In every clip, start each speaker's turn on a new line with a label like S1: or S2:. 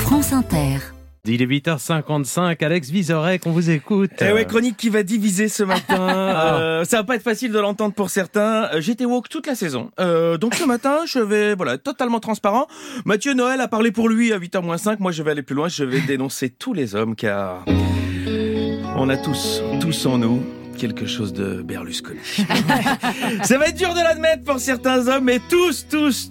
S1: France Inter.
S2: Il est 8h55, Alex Vizorek, on vous écoute.
S3: Eh ouais, chronique qui va diviser ce matin. Ça va pas être facile de l'entendre pour certains. J'étais woke toute la saison. Donc ce matin, je vais, totalement transparent. Mathieu Noël a parlé pour lui à 8h-5. Moi, je vais aller plus loin. Je vais dénoncer tous les hommes car on a tous en nous quelque chose de Berlusconi. Ça va être dur de l'admettre pour certains hommes, mais tous,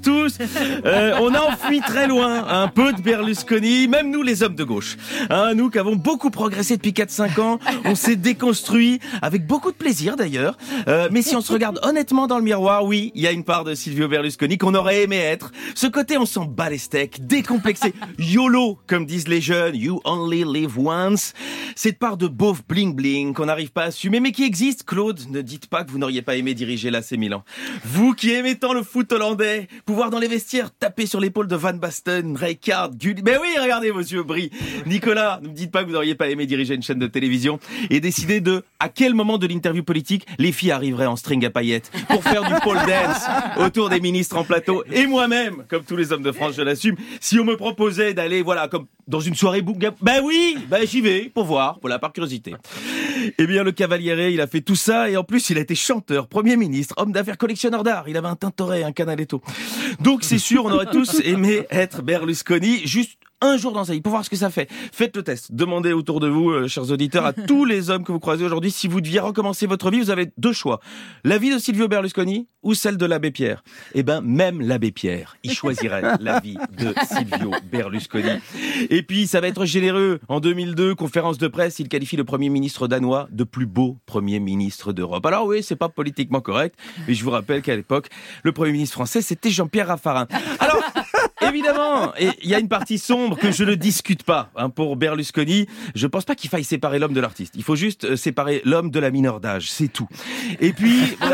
S3: on a enfui très loin un peu de Berlusconi, même nous les hommes de gauche. Nous qui avons beaucoup progressé depuis 4-5 ans, on s'est déconstruit, avec beaucoup de plaisir d'ailleurs. Mais si on se regarde honnêtement dans le miroir, oui, il y a une part de Silvio Berlusconi qu'on aurait aimé être. Ce côté on s'en bat les steaks, décomplexé, YOLO, comme disent les jeunes, you only live once. Cette part de beauf bling bling qu'on n'arrive pas à assumer, mais qui existe. Claude, ne dites pas que vous n'auriez pas aimé diriger l'AC Milan. Vous qui aimez tant le foot hollandais, pouvoir dans les vestiaires taper sur l'épaule de Van Basten, Rijkaard, Gulli. Mais oui, regardez vos yeux brillent. Nicolas, ne me dites pas que vous n'auriez pas aimé diriger une chaîne de télévision et décider de à quel moment de l'interview politique les filles arriveraient en string à paillettes pour faire du pole dance autour des ministres en plateau. Et moi-même, comme tous les hommes de France, je l'assume, si on me proposait d'aller, comme dans une soirée bouga, j'y vais pour voir, par curiosité. Eh bien, le Cavaliere, il a fait tout ça et en plus, il a été chanteur, Premier ministre, homme d'affaires, collectionneur d'art. Il avait un Tintoret, un Canaletto. Donc, c'est sûr, on aurait tous aimé être Berlusconi, juste un jour dans sa vie, pour voir ce que ça fait. Faites le test. Demandez autour de vous, chers auditeurs, à tous les hommes que vous croisez aujourd'hui, si vous deviez recommencer votre vie, vous avez deux choix. La vie de Silvio Berlusconi ou celle de l'abbé Pierre. Eh ben, même l'abbé Pierre, il choisirait la vie de Silvio Berlusconi. Et puis, ça va être généreux. En 2002, conférence de presse, il qualifie le Premier ministre danois de plus beau Premier ministre d'Europe. Alors oui, c'est pas politiquement correct, mais je vous rappelle qu'à l'époque, le Premier ministre français, c'était Jean-Pierre Raffarin. Alors, évidemment, et il y a une partie sombre que je ne discute pas. Pour Berlusconi, je pense pas qu'il faille séparer l'homme de l'artiste. Il faut juste séparer l'homme de la mineure d'âge, c'est tout. Et puis,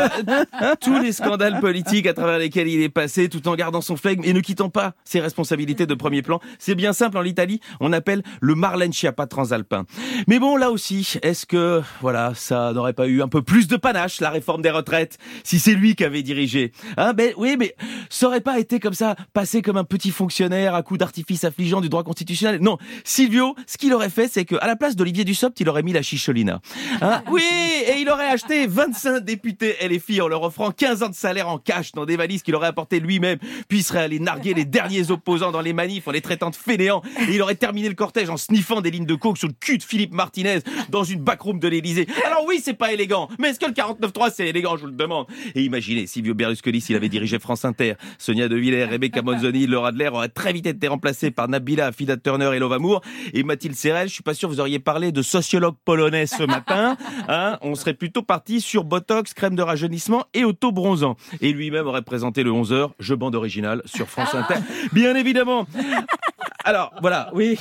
S3: tous les scandales politiques à travers lesquels il est passé, tout en gardant son flegme et ne quittant pas ses responsabilités de premier plan. C'est bien simple, en Italie, on appelle le Marlène Schiappa transalpin. Mais bon, là aussi, est-ce que, ça n'aurait pas eu un peu plus de panache, la réforme des retraites, si c'est lui qui avait dirigé? Oui, mais ça aurait pas été comme ça, passé comme un petit fonctionnaire à coups d'artifice affligeant du droit constitutionnel. Non, Silvio, ce qu'il aurait fait, c'est que à la place d'Olivier Dussopt, il aurait mis la chicholina. Oui, et il aurait acheté 25 députés LFI en leur offrant 15 ans de salaire en cash dans des valises qu'il aurait apportées lui-même, puis il serait allé narguer les derniers opposants dans les manifs en les traitant de fainéants, et il aurait terminé le cortège en sniffant des lignes de coke sur le cul de Philippe Martinez dans une backroom de l'Élysée. Alors oui, c'est pas élégant, mais est-ce que le 49.3 c'est élégant, je vous le demande? Et imaginez, Silvio Berlusconi, s'il avait dirigé France Inter, Sonia De Villers, Rebecca Monzoni, Laura Adler auraient très vite été remplacés par Nabila, Fida Turner et Lova Moore. Et Mathilde Serrel, je suis pas sûr que vous auriez parlé de sociologue polonais ce matin. On serait plutôt parti sur Botox, crème de rajeunissement et auto-bronzant. Et lui-même aurait présenté le 11h, jeu bande original sur France Inter. Bien évidemment. Alors, oui,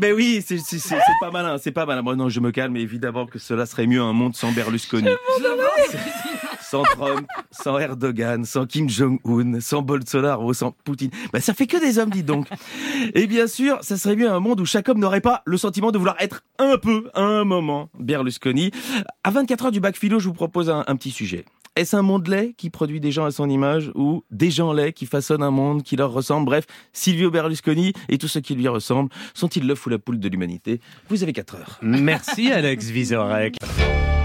S3: c'est pas malin, c'est pas malin. Bon, non, je me calme, évidemment que cela serait mieux un monde sans Berlusconi. Sans Trump, sans Erdogan, sans Kim Jong-un, sans Bolsonaro, sans Poutine. Ça fait que des hommes, dites donc. Et bien sûr, ça serait mieux un monde où chaque homme n'aurait pas le sentiment de vouloir être un peu, à un moment, Berlusconi. À 24 heures du bac philo, je vous propose un petit sujet. Est-ce un monde laid qui produit des gens à son image ou des gens laids qui façonnent un monde qui leur ressemble? Bref, Silvio Berlusconi et tous ceux qui lui ressemblent, sont-ils l'œuf ou la poule de l'humanité? Vous avez 4 heures.
S2: Merci Alex Vizorek.